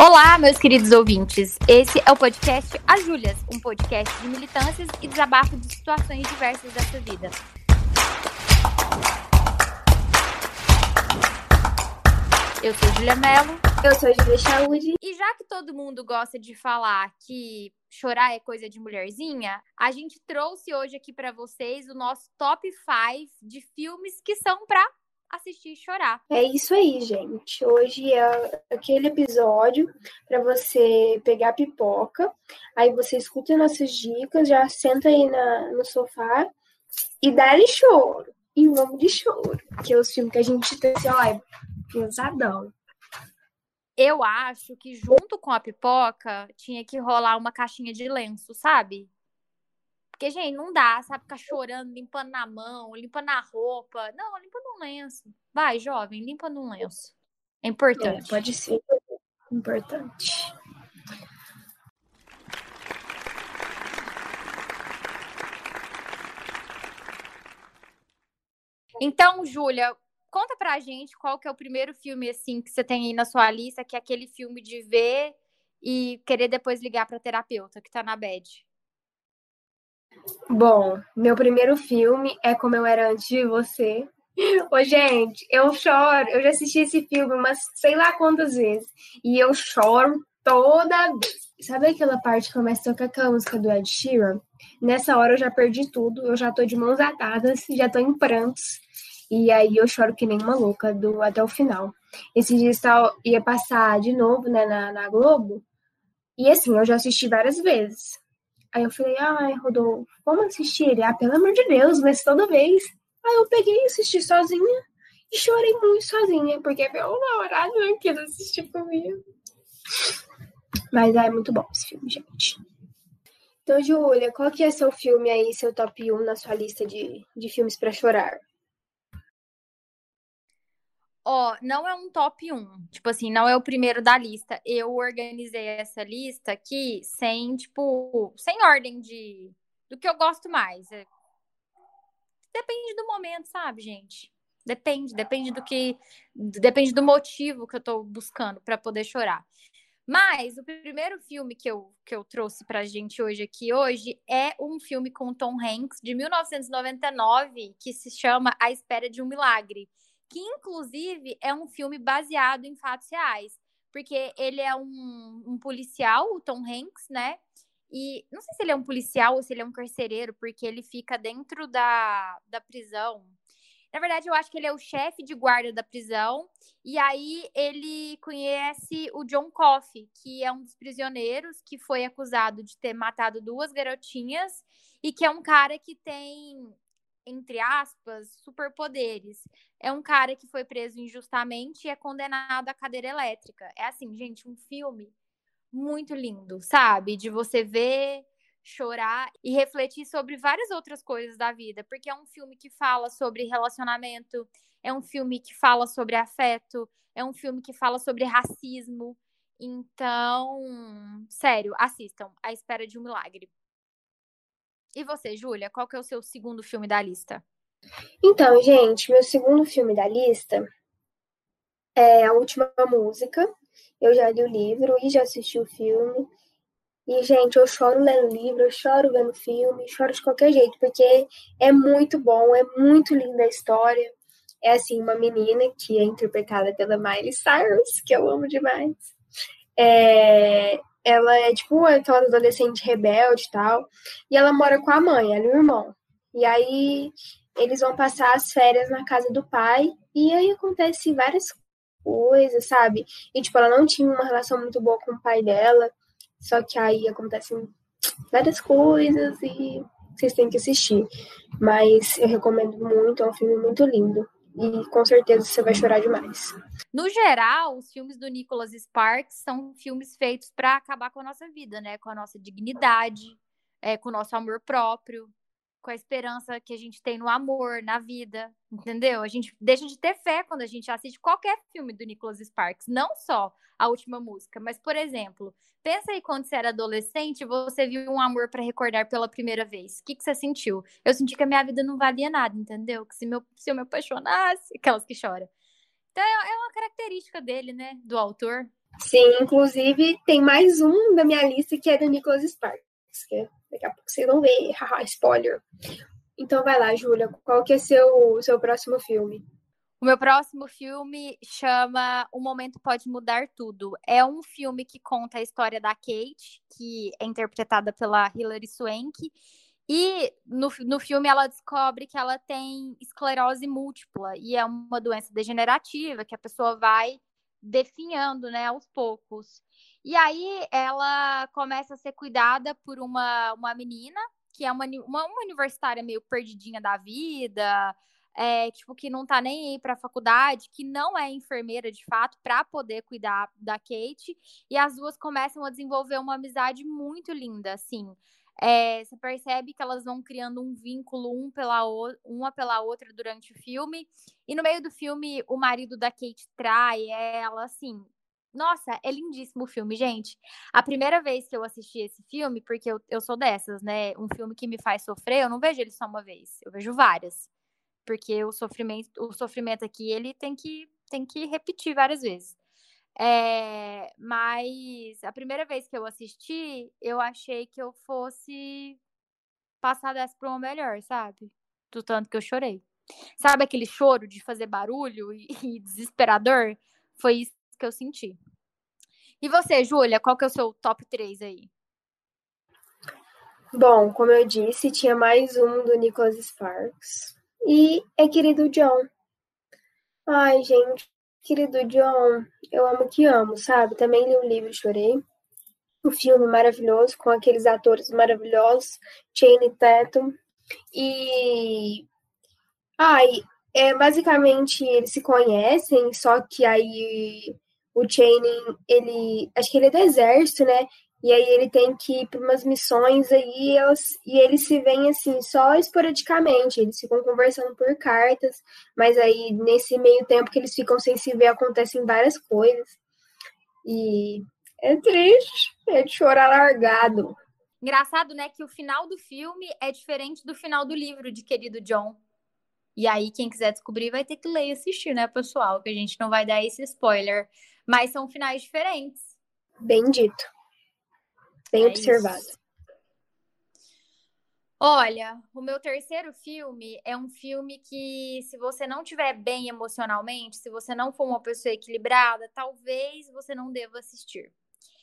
Olá, meus queridos ouvintes. Esse é o podcast As Júlias, um podcast de militâncias e desabafo de situações diversas dessa vida. Eu sou Júlia Mello. Eu sou Júlia Saúde. E já que todo mundo gosta de falar que chorar é coisa de mulherzinha, a gente trouxe hoje aqui pra vocês o nosso top 5 de filmes que são pra assistir e chorar. É isso aí, gente. Hoje é aquele episódio para você pegar a pipoca, aí você escuta nossas dicas, já senta aí no sofá e dá-lhe choro. E vamos de choro, que é os filmes que a gente tem assim, ó, é pesadão. Eu acho que junto com a pipoca tinha que rolar uma caixinha de lenço, sabe? Porque, gente, não dá, sabe? Ficar chorando, limpando na mão, limpando na roupa. Não, limpa num lenço. Vai, jovem, limpa num lenço. É importante. Pode ser importante. Então, Júlia, conta pra gente qual que é o primeiro filme, assim, que você tem aí na sua lista, que é aquele filme de ver e querer depois ligar pra terapeuta, que tá na bad. Bom, meu primeiro filme é Como Eu Era Antes de Você. Ô, gente, eu choro. Eu já assisti esse filme umas sei lá quantas vezes. E eu choro toda vez. Sabe aquela parte que começa a tocar aquela música do Ed Sheeran? Nessa hora eu já perdi tudo. Eu já tô de mãos atadas, já tô em prantos. E aí eu choro que nem uma louca até o final. Esse dia ia passar de novo, né, na Globo. E assim, eu já assisti várias vezes. Aí eu falei, ai, Rodolfo, vamos assistir ele? Ah, pelo amor de Deus, mas toda vez. Aí eu peguei e assisti sozinha e chorei muito sozinha, porque meu namorado não quis assistir comigo. Mas é muito bom esse filme, gente. Então, Júlia, qual que é seu filme aí, seu top 1 na sua lista de filmes pra chorar? Ó, não é um top 1. Tipo assim, não é o primeiro da lista. Eu organizei essa lista aqui sem, tipo, sem ordem do que eu gosto mais. Depende do momento, sabe, gente? Depende do motivo que eu tô buscando pra poder chorar. Mas o primeiro filme que eu trouxe pra gente hoje é um filme com Tom Hanks de 1999 que se chama A Espera de um Milagre, que inclusive é um filme baseado em fatos reais, porque ele é um policial, o Tom Hanks, né? E não sei se ele é um policial ou se ele é um carcereiro, porque ele fica dentro da prisão. Na verdade, eu acho que ele é o chefe de guarda da prisão. E aí ele conhece o John Coffey, que é um dos prisioneiros que foi acusado de ter matado 2 garotinhas e que é um cara que tem, entre aspas, superpoderes. É um cara que foi preso injustamente e é condenado à cadeira elétrica. É assim, gente, um filme muito lindo, sabe? De você ver, chorar e refletir sobre várias outras coisas da vida, porque é um filme que fala sobre relacionamento, é um filme que fala sobre afeto, é um filme que fala sobre racismo. Então, sério, assistam A Espera de um Milagre. E você, Júlia, qual que é o seu segundo filme da lista? Então, gente, meu segundo filme da lista é A Última Música. Eu já li o livro e já assisti o filme. E, gente, eu choro lendo livro, eu choro vendo filme, choro de qualquer jeito, porque é muito bom, é muito linda a história. É, assim, uma menina que é interpretada pela Miley Cyrus, que eu amo demais. Ela é, tipo, aquela adolescente rebelde e tal, e ela mora com a mãe, ela e o irmão. E aí, eles vão passar as férias na casa do pai, e aí acontece várias coisas, sabe? E, tipo, ela não tinha uma relação muito boa com o pai dela, só que aí acontecem várias coisas e vocês têm que assistir. Mas eu recomendo muito, é um filme muito lindo. E com certeza você vai chorar demais. No geral, os filmes do Nicholas Sparks são filmes feitos para acabar com a nossa vida, né? Com a nossa dignidade, com o nosso amor próprio, com a esperança que a gente tem no amor, na vida, entendeu? A gente deixa de ter fé quando a gente assiste qualquer filme do Nicholas Sparks, não só A Última Música, mas, por exemplo, pensa aí quando você era adolescente e você viu um amor para recordar pela primeira vez. O que você sentiu? Eu senti que a minha vida não valia nada, entendeu? Que se eu me apaixonasse, aquelas que choram. Então é uma característica dele, né? Do autor. Sim, inclusive tem mais um da minha lista que é do Nicholas Sparks, que daqui a pouco vocês vão ver, haha, spoiler. Então vai lá, Júlia, qual que é seu próximo filme? O meu próximo filme chama O Momento Pode Mudar Tudo. É um filme que conta a história da Kate, que é interpretada pela Hilary Swank. E no filme ela descobre que ela tem esclerose múltipla. E é uma doença degenerativa que a pessoa vai definhando, né, aos poucos. E aí ela começa a ser cuidada por uma menina, que é uma universitária meio perdidinha da vida, tipo, que não tá nem aí pra faculdade, que não é enfermeira de fato, pra poder cuidar da Kate. E as duas começam a desenvolver uma amizade muito linda, assim. Você percebe que elas vão criando um vínculo uma pela outra durante o filme. E no meio do filme, o marido da Kate trai ela, assim. Nossa, é lindíssimo o filme, gente. A primeira vez que eu assisti esse filme, porque eu sou dessas, né? Um filme que me faz sofrer, eu não vejo ele só uma vez, eu vejo várias. Porque o sofrimento aqui, ele tem que repetir várias vezes. Mas a primeira vez que eu assisti, eu achei que eu fosse passar dessa pra uma melhor, sabe? Do tanto que eu chorei. Sabe aquele choro de fazer barulho e desesperador? Foi isso que eu senti. E você, Júlia, qual que é o seu top 3 aí? Bom, como eu disse, tinha mais um do Nicholas Sparks. E é Querido John. Ai, gente, Querido John, eu amo que amo, sabe? Também li o livro e chorei. O filme maravilhoso, com aqueles atores maravilhosos, Channing Tatum. E ai, basicamente eles se conhecem, só que aí o Channing, ele, acho que ele é do exército, né? E aí ele tem que ir para umas missões aí, e eles se veem assim, só esporadicamente, eles ficam conversando por cartas, mas aí nesse meio tempo que eles ficam sem se ver, acontecem várias coisas. E é triste, é de chorar largado. Engraçado, né, que o final do filme é diferente do final do livro de Querido John. E aí, quem quiser descobrir vai ter que ler e assistir, né, pessoal? Que a gente não vai dar esse spoiler. Mas são finais diferentes. Bem dito, bem É observado. isso. Olha, o meu terceiro filme é um filme que, se você não estiver bem emocionalmente, se você não for uma pessoa equilibrada, talvez você não deva assistir.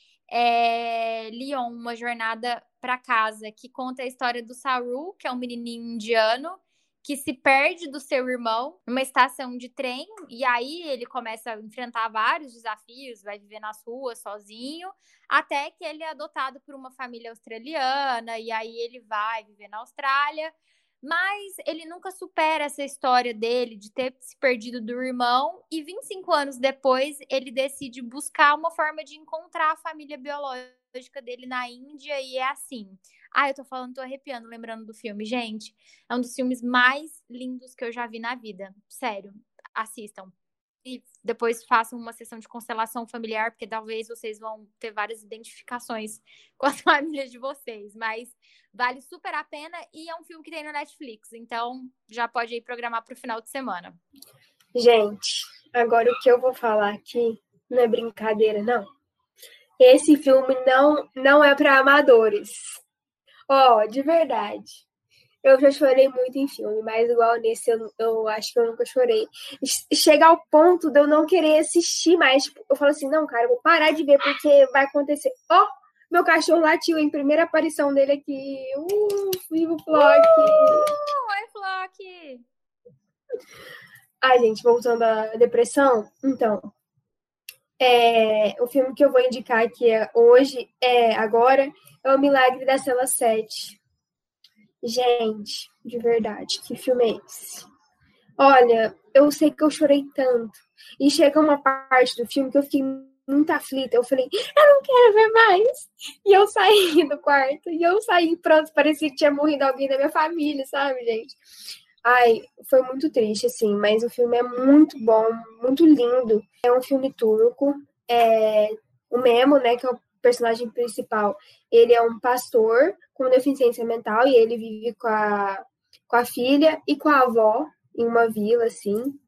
Leon, Uma Jornada para Casa, que conta a história do Saru, que é um menininho indiano que se perde do seu irmão numa estação de trem, e aí ele começa a enfrentar vários desafios, vai viver nas ruas sozinho, até que ele é adotado por uma família australiana, e aí ele vai viver na Austrália. Mas ele nunca supera essa história dele de ter se perdido do irmão, e 25 anos depois ele decide buscar uma forma de encontrar a família biológica dele na Índia, e é assim. Eu tô falando, tô arrepiando lembrando do filme, gente. É um dos filmes mais lindos que eu já vi na vida. Sério, assistam. E depois façam uma sessão de constelação familiar, porque talvez vocês vão ter várias identificações com as famílias de vocês. Mas vale super a pena e é um filme que tem no Netflix. Então já pode ir programar para o final de semana. Gente, agora o que eu vou falar aqui não é brincadeira, não. Esse filme não é para amadores. Ó, de verdade. Eu já chorei muito em filme, mas igual nesse eu acho que eu nunca chorei. Chega ao ponto de eu não querer assistir mais. Tipo, eu falo assim, não, cara, eu vou parar de ver porque vai acontecer. Ó, meu cachorro latiu em primeira aparição dele aqui. Vivo Flock! Oi, Flock! Ai, gente, voltando à depressão. Então, o filme que eu vou indicar aqui agora, é O Milagre da Cela 7. Gente, de verdade, que filme é esse? Olha, eu sei que eu chorei tanto. E chega uma parte do filme que eu fiquei muito aflita. Eu falei, eu não quero ver mais. E eu saí do quarto. E eu saí, pronto, parecia que tinha morrido alguém da minha família, sabe, gente? Ai, foi muito triste, assim, mas o filme é muito bom, muito lindo. É um filme turco. O Memo, né, que é o personagem principal, ele é um pastor com deficiência mental e ele vive com a filha e com a avó em uma vila, assim.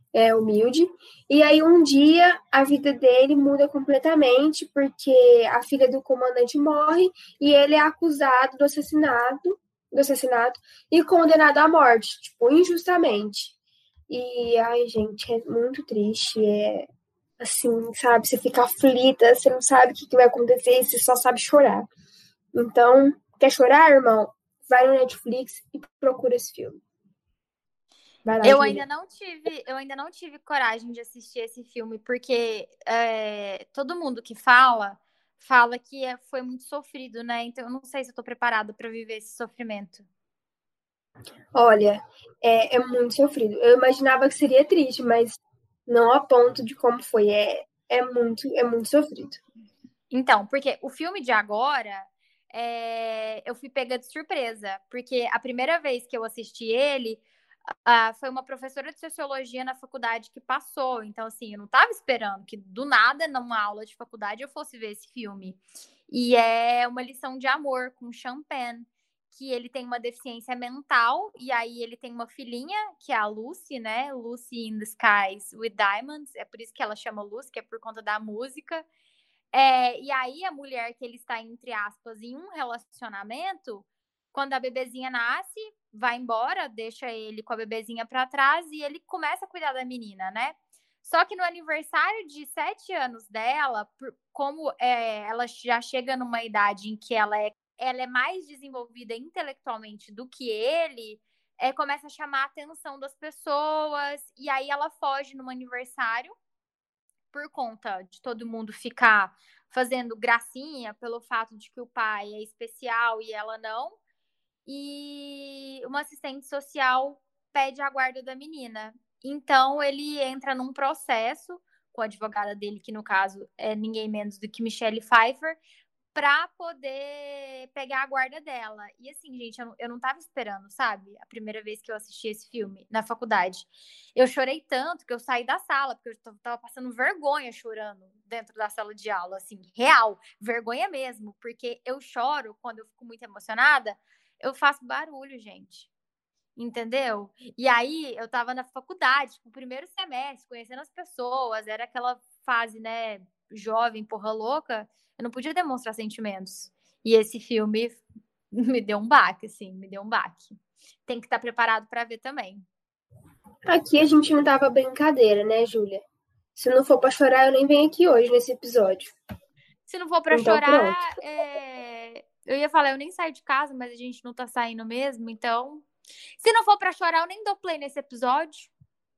é humilde. E aí um dia a vida dele muda completamente porque a filha do comandante morre e ele é acusado do assassinato e condenado à morte, tipo, injustamente. E ai, gente, é muito triste, assim, sabe, você fica aflita, você não sabe o que vai acontecer, você só sabe chorar. Então, quer chorar, irmão? Vai no Netflix e procura esse filme. Vai lá, Júlia. Eu ainda não tive coragem de assistir esse filme, porque todo mundo que fala que foi muito sofrido, né? Então eu não sei se eu tô preparada para viver esse sofrimento. Olha, é muito sofrido. Eu imaginava que seria triste, mas não a ponto de como foi. É muito sofrido. Então, porque o filme de agora, eu fui pega de surpresa, porque a primeira vez que eu assisti ele, foi uma professora de sociologia na faculdade que passou. Então, assim, eu não estava esperando que do nada, numa aula de faculdade, eu fosse ver esse filme. E é uma lição de amor com Sean Penn, que ele tem uma deficiência mental, e aí ele tem uma filhinha, que é a Lucy, né? Lucy in the Skies with Diamonds. É por isso que ela chama Lucy, que é por conta da música. E aí a mulher que ele está, entre aspas, em um relacionamento, quando a bebezinha nasce, vai embora, deixa ele com a bebezinha para trás e ele começa a cuidar da menina, né? Só que no aniversário de 7 anos dela, como ela já chega numa idade em que ela é mais desenvolvida intelectualmente do que ele, começa a chamar a atenção das pessoas, e aí ela foge no aniversário por conta de todo mundo ficar fazendo gracinha pelo fato de que o pai é especial e ela não. E uma assistente social pede a guarda da menina. Então ele entra num processo com a advogada dele, que no caso é ninguém menos do que Michelle Pfeiffer, pra poder pegar a guarda dela. E assim, gente, eu não tava esperando, sabe? A primeira vez que eu assisti esse filme na faculdade. Eu chorei tanto que eu saí da sala, porque eu tava passando vergonha chorando dentro da sala de aula, assim, real, vergonha mesmo, porque eu choro quando eu fico muito emocionada, eu faço barulho, gente. Entendeu? E aí eu tava na faculdade, tipo, primeiro semestre, conhecendo as pessoas, era aquela fase, né, jovem, porra louca, eu não podia demonstrar sentimentos. E esse filme me deu um baque, assim, me deu um baque. Tem que estar preparado para ver também. Aqui a gente não tava brincadeira, né, Júlia? Se não for pra chorar, eu nem venho aqui hoje nesse episódio. Se não for para Então, pronto. chorar, eu ia falar, eu nem saio de casa, mas a gente não tá saindo mesmo, então. Se não for para chorar, eu nem dou play nesse episódio.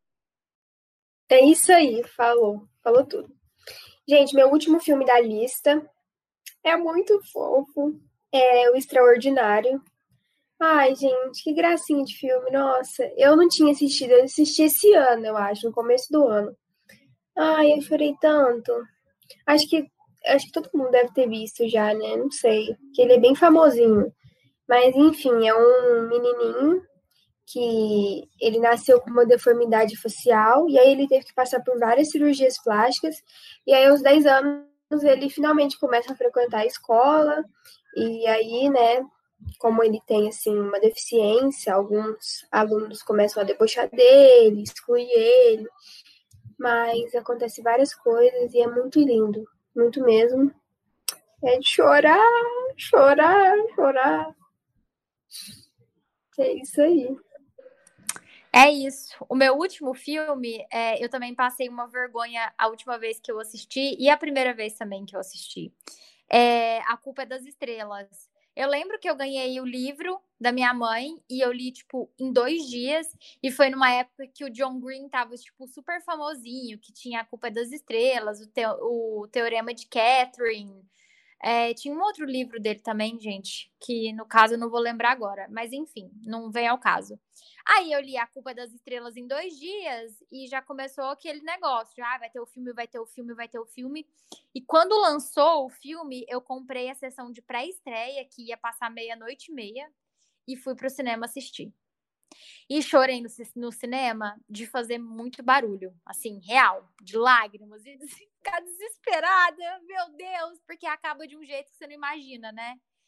É isso aí, falou. Falou tudo. Gente, meu último filme da lista é muito fofo. É O Extraordinário. Ai, gente, que gracinha de filme. Nossa, eu não tinha assistido, eu assisti esse ano, eu acho, no começo do ano. Ai, eu chorei tanto. Acho que acho que todo mundo deve ter visto já, né? Não sei, que ele é bem famosinho. Mas enfim, é um menininho que ele nasceu com uma deformidade facial e aí ele teve que passar por várias cirurgias plásticas e aí aos 10 anos ele finalmente começa a frequentar a escola e aí, né, como ele tem assim uma deficiência, alguns alunos começam a debochar dele, excluir ele, mas acontece várias coisas e é muito lindo, muito mesmo. É de chorar, chorar, chorar. É isso aí. É isso. O meu último filme, eu também passei uma vergonha a última vez que eu assisti e a primeira vez também que eu assisti. A Culpa é das Estrelas. Eu lembro que eu ganhei o livro da minha mãe e eu li, tipo, em 2 dias. E foi numa época que o John Green tava, tipo, super famosinho, que tinha A Culpa é das Estrelas, o Teorema de Catherine. Tinha um outro livro dele também, gente, que no caso eu não vou lembrar agora, mas enfim, não vem ao caso. Aí eu li A Culpa das Estrelas em 2 dias e já começou aquele negócio, vai ter o filme, vai ter o filme, vai ter o filme. E quando lançou o filme, eu comprei a sessão de pré-estreia, que ia passar meia-noite e meia, e fui pro cinema assistir. E chorei no cinema de fazer muito barulho, assim, real, de lágrimas, e de ficar desesperada, meu Deus, porque acaba de um jeito que você não imagina, né?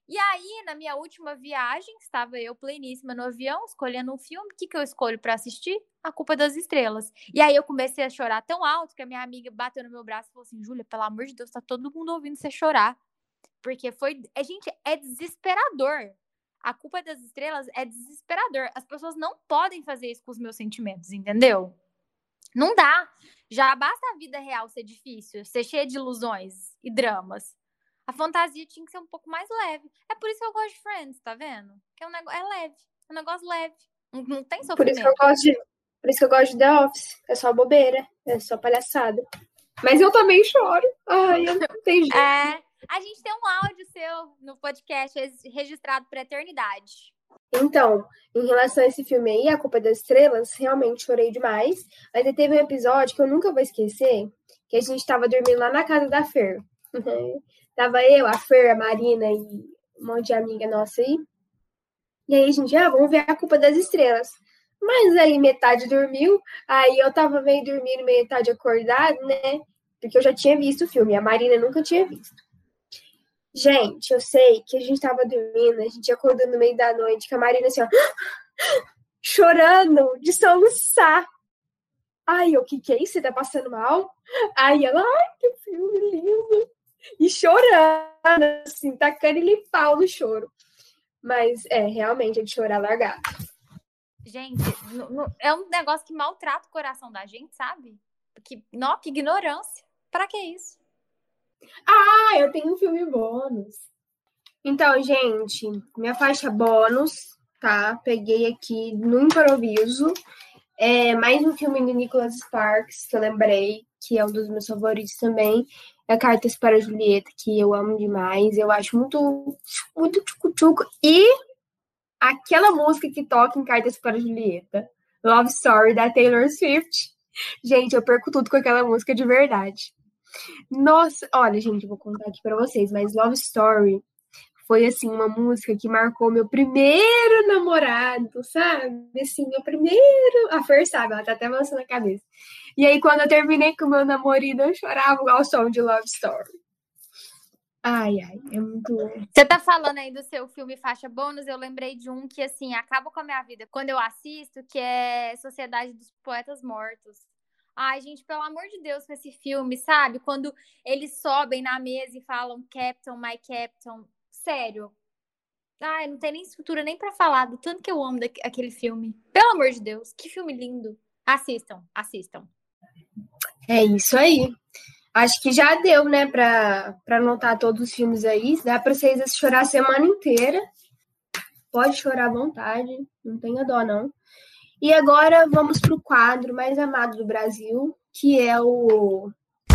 E aí, na minha última viagem, estava eu pleníssima no avião, escolhendo um filme. O que eu escolho para assistir? A Culpa das Estrelas. E aí eu comecei a chorar tão alto que a minha amiga bateu no meu braço e falou assim: Júlia, pelo amor de Deus, tá todo mundo ouvindo você chorar. Porque gente, é desesperador. A Culpa das Estrelas é desesperador. As pessoas não podem fazer isso com os meus sentimentos, entendeu? Não dá. Já basta a vida real ser difícil, ser cheia de ilusões e dramas. A fantasia tinha que ser um pouco mais leve. É por isso que eu gosto de Friends, tá vendo? Que é um negócio leve, é um negócio leve. Não tem Por isso que eu sofrimento. gosto de, por isso que eu gosto de The Office. É só bobeira, é só palhaçada. Mas eu também choro. Ai, eu não tenho jeito. A gente tem um áudio seu no podcast registrado pra eternidade. Então, em relação a esse filme aí, A Culpa das Estrelas, realmente chorei demais. Mas aí teve um episódio que eu nunca vou esquecer, que a gente tava dormindo lá na casa da Fer. Tava eu, a Fer, a Marina e um monte de amiga nossa aí. E aí a gente, vamos ver A Culpa das Estrelas. Mas aí metade dormiu, aí eu tava meio dormindo, metade acordado, né? Porque eu já tinha visto o filme, a Marina nunca tinha visto. Gente, eu sei que a gente tava dormindo, a gente acordou no meio da noite, com a Marina assim, ó, chorando, de soluçar. Ai, o que é isso? Você tá passando mal? Aí ela, ai, que filme lindo. E chorando, assim, tacando-lhe pau no choro. Mas, realmente, é de chorar largado. Gente, é um negócio que maltrata o coração da gente, sabe? Porque, nossa, que ignorância. Pra que isso? Eu tenho um filme bônus. Então, gente, minha faixa bônus, tá? Peguei aqui no improviso. É mais um filme do Nicholas Sparks, que eu lembrei, que é um dos meus favoritos também. É Cartas para a Julieta, que eu amo demais. Eu acho muito, muito tchucu-tchucu. E aquela música que toca em Cartas para a Julieta, Love Story, da Taylor Swift. Gente, eu perco tudo com aquela música de verdade. Nossa, olha, gente, eu vou contar aqui pra vocês, mas Love Story foi, assim, uma música que marcou meu primeiro namorado, sabe? Assim, meu primeiro... A Fer sabe, ela tá até balançando a cabeça. E aí, quando eu terminei com o meu namorado, eu chorava igual o som de Love Story. Ai, é muito... Você tá falando aí do seu filme Faixa Bônus, eu lembrei de um que, assim, acaba com a minha vida quando eu assisto, que é Sociedade dos Poetas Mortos. Ai, gente, pelo amor de Deus, com esse filme, sabe? Quando eles sobem na mesa e falam Captain, my Captain. Sério. Ai, não tem nem estrutura nem pra falar do tanto que eu amo aquele filme. Pelo amor de Deus, que filme lindo. Assistam, assistam. É isso aí. Acho que já deu, né, pra anotar todos os filmes aí. Dá pra vocês chorar a semana inteira. Pode chorar à vontade, não tenha dó, não. E agora vamos pro quadro mais amado do Brasil, que é o...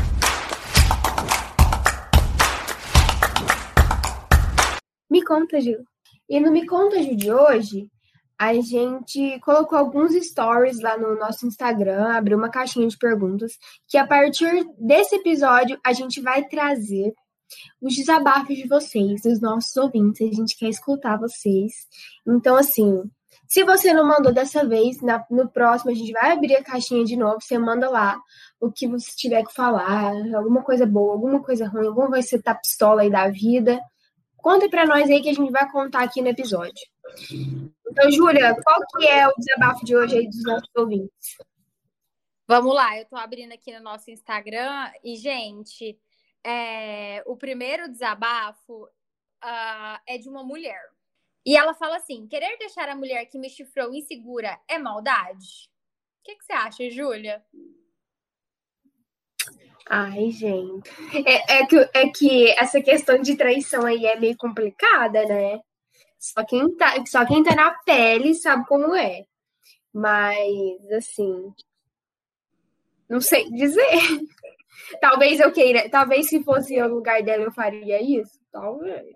Me Conta, Gil. E no Me Conta, Gil de hoje, a gente colocou alguns stories lá no nosso Instagram, abriu uma caixinha de perguntas, que a partir desse episódio a gente vai trazer os desabafos de vocês, dos nossos ouvintes. A gente quer escutar vocês. Então, assim, se você não mandou dessa vez, no próximo a gente vai abrir a caixinha de novo. Você manda lá o que você tiver que falar, alguma coisa boa, alguma coisa ruim, alguma coisa que você tá pistola aí da vida. Conta pra nós aí que a gente vai contar aqui no episódio. Então, Júlia, qual que é o desabafo de hoje aí dos nossos ouvintes? Vamos lá, eu tô abrindo aqui no nosso Instagram e, gente, o primeiro desabafo é de uma mulher. E ela fala assim: querer deixar a mulher que me chifrou insegura é maldade? O que você acha, Júlia? Ai, gente. É que essa questão de traição aí é meio complicada, né? Só quem tá na pele sabe como é. Mas, assim, não sei dizer. Talvez eu queira. Talvez se fosse eu no lugar dela eu faria isso. Talvez.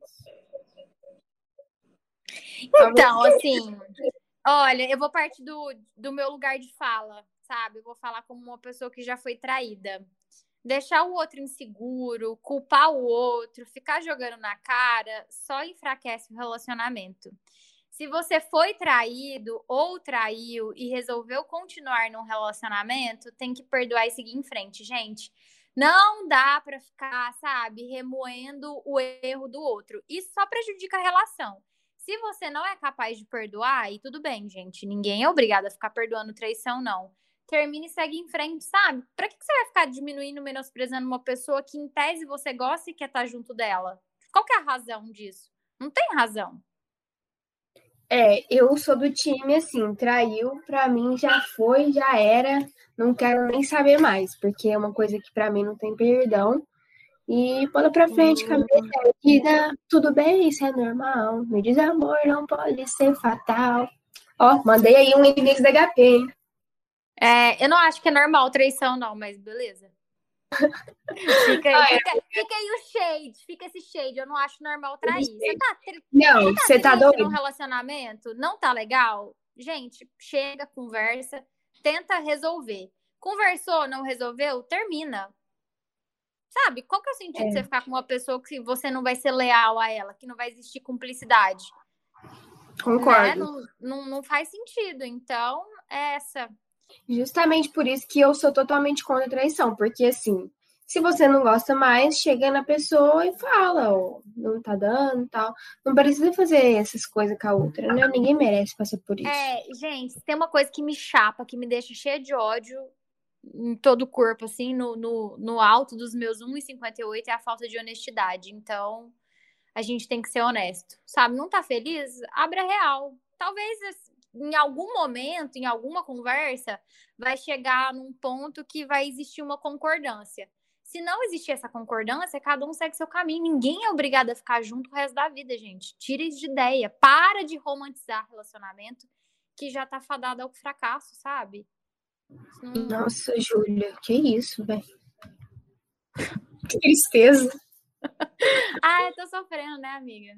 Então, assim, olha, eu vou partir do meu lugar de fala, sabe? Eu vou falar como uma pessoa que já foi traída. Deixar o outro inseguro, culpar o outro, ficar jogando na cara, só enfraquece o relacionamento. Se você foi traído ou traiu e resolveu continuar num relacionamento, tem que perdoar e seguir em frente, gente. Não dá pra ficar, sabe, remoendo o erro do outro. Isso só prejudica a relação. Se você não é capaz de perdoar, aí tudo bem, gente. Ninguém é obrigado a ficar perdoando traição, não. Termina e segue em frente, sabe? Pra que você vai ficar diminuindo, menosprezando uma pessoa que, em tese, você gosta e quer estar junto dela? Qual que é a razão disso? Não tem razão. Eu sou do time assim, traiu, pra mim já foi, já era, não quero nem saber mais, porque é uma coisa que pra mim não tem perdão. E bola pra frente, cabeça erguida, tudo bem, isso é normal. Meu desamor não pode ser fatal. Ó, mandei aí um remix da HP, hein? Eu não acho que é normal traição, não, mas beleza. Fica aí o shade, fica esse shade. Eu não acho normal trair. Não, Você tá você tá triste num doido? relacionamento? Não tá legal? Gente, chega, conversa, tenta resolver. Conversou, não resolveu? Termina. Sabe? Qual que é o sentido de você ficar com uma pessoa que você não vai ser leal a ela, que não vai existir cumplicidade? Né? Concordo. Não faz sentido. Então, é essa. Justamente por isso que eu sou totalmente contra a traição, porque assim, se você não gosta mais, chega na pessoa e fala, ó, não tá dando e tal. Não precisa fazer essas coisas com a outra, né? Ninguém merece passar por isso. Gente, tem uma coisa que me chapa, que me deixa cheia de ódio em todo o corpo, assim, no alto dos meus 1,58 é a falta de honestidade. Então, a gente tem que ser honesto, sabe? Não tá feliz? Abra real. Talvez em algum momento, em alguma conversa, vai chegar num ponto que vai existir uma concordância. Se não existir essa concordância, cada um segue seu caminho. Ninguém é obrigado a ficar junto o resto da vida, gente. Tira isso de ideia. Para de romantizar relacionamento que já tá fadado ao fracasso, sabe? Não... Nossa, Júlia, que isso, velho? Que tristeza. Eu tô sofrendo, né, amiga?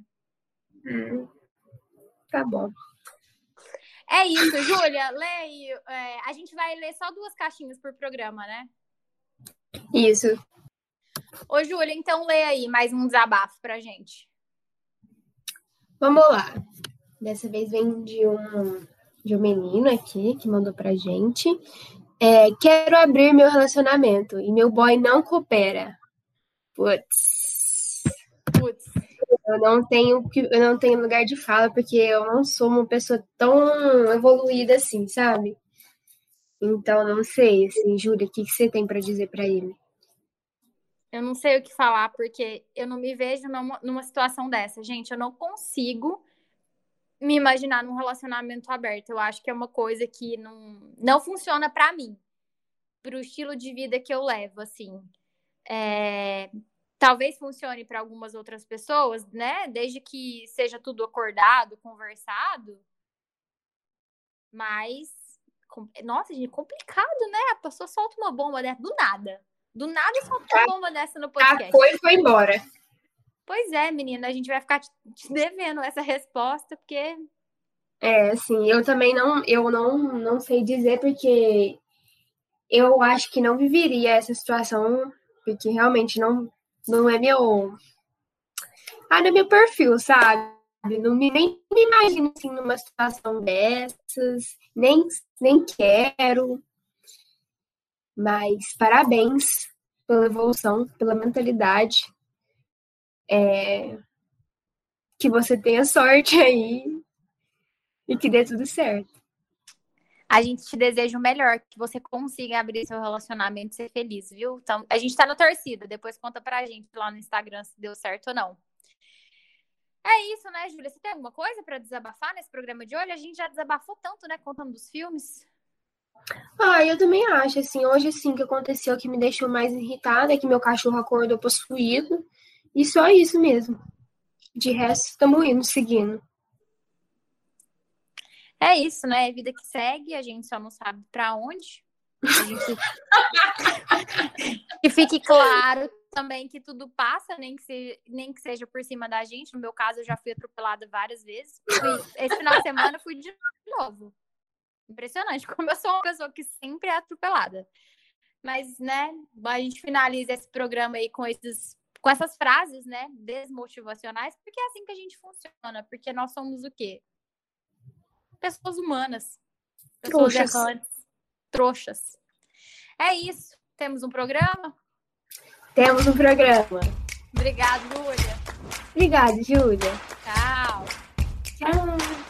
Tá bom. É isso, Júlia, leia. A gente vai ler só 2 caixinhas por programa, né? Isso. Ô, Júlia, então lê aí mais um desabafo pra gente. Vamos lá. Dessa vez vem de um menino aqui que mandou pra gente. Quero abrir meu relacionamento e meu boy não coopera. Putz. Eu não tenho lugar de fala porque eu não sou uma pessoa tão evoluída assim, sabe? Então não sei, assim, Júlia, o que você tem pra dizer pra ele? Eu não sei o que falar, porque eu não me vejo numa situação dessa. Gente, eu não consigo me imaginar num relacionamento aberto. Eu acho que é uma coisa que não funciona pra mim, pro estilo de vida que eu levo, assim. Talvez funcione para algumas outras pessoas, né? Desde que seja tudo acordado, conversado. Mas, nossa, gente, complicado, né? A pessoa solta uma bomba dessa do nada. Do nada solta uma bomba dessa no podcast. Foi embora. Pois é, menina, a gente vai ficar te devendo essa resposta, porque Assim, eu também não sei dizer porque eu acho que não viveria essa situação, porque realmente não é não é meu perfil, sabe? Nem me imagino assim numa situação dessas, nem quero, mas parabéns pela evolução, pela mentalidade, que você tenha sorte aí e que dê tudo certo. a gente te deseja o melhor, que você consiga abrir seu relacionamento e ser feliz, viu? Então, a gente tá na torcida. Depois conta pra gente lá no Instagram se deu certo ou não. É isso, né, Júlia? Você tem alguma coisa pra desabafar nesse programa de hoje? A gente já desabafou tanto, né, contando dos filmes. Eu também acho, assim, hoje sim que aconteceu que me deixou mais irritada é que meu cachorro acordou possuído, e só isso mesmo. De resto, estamos indo, seguindo. É isso, né? É vida que segue, a gente só não sabe pra onde. A gente que fique claro também que tudo passa, nem que seja por cima da gente. No meu caso, eu já fui atropelada várias vezes. Esse final de semana fui de novo. Impressionante, como eu sou uma pessoa que sempre é atropelada. Mas, né, a gente finaliza esse programa aí com essas frases, né, desmotivacionais, porque é assim que a gente funciona, porque nós somos o quê? Pessoas humanas, pessoas Trouxas. errantes, trouxas. É isso. Temos um programa? Temos um programa. Obrigada, Júlia. Obrigada, Júlia. Tchau. Tchau.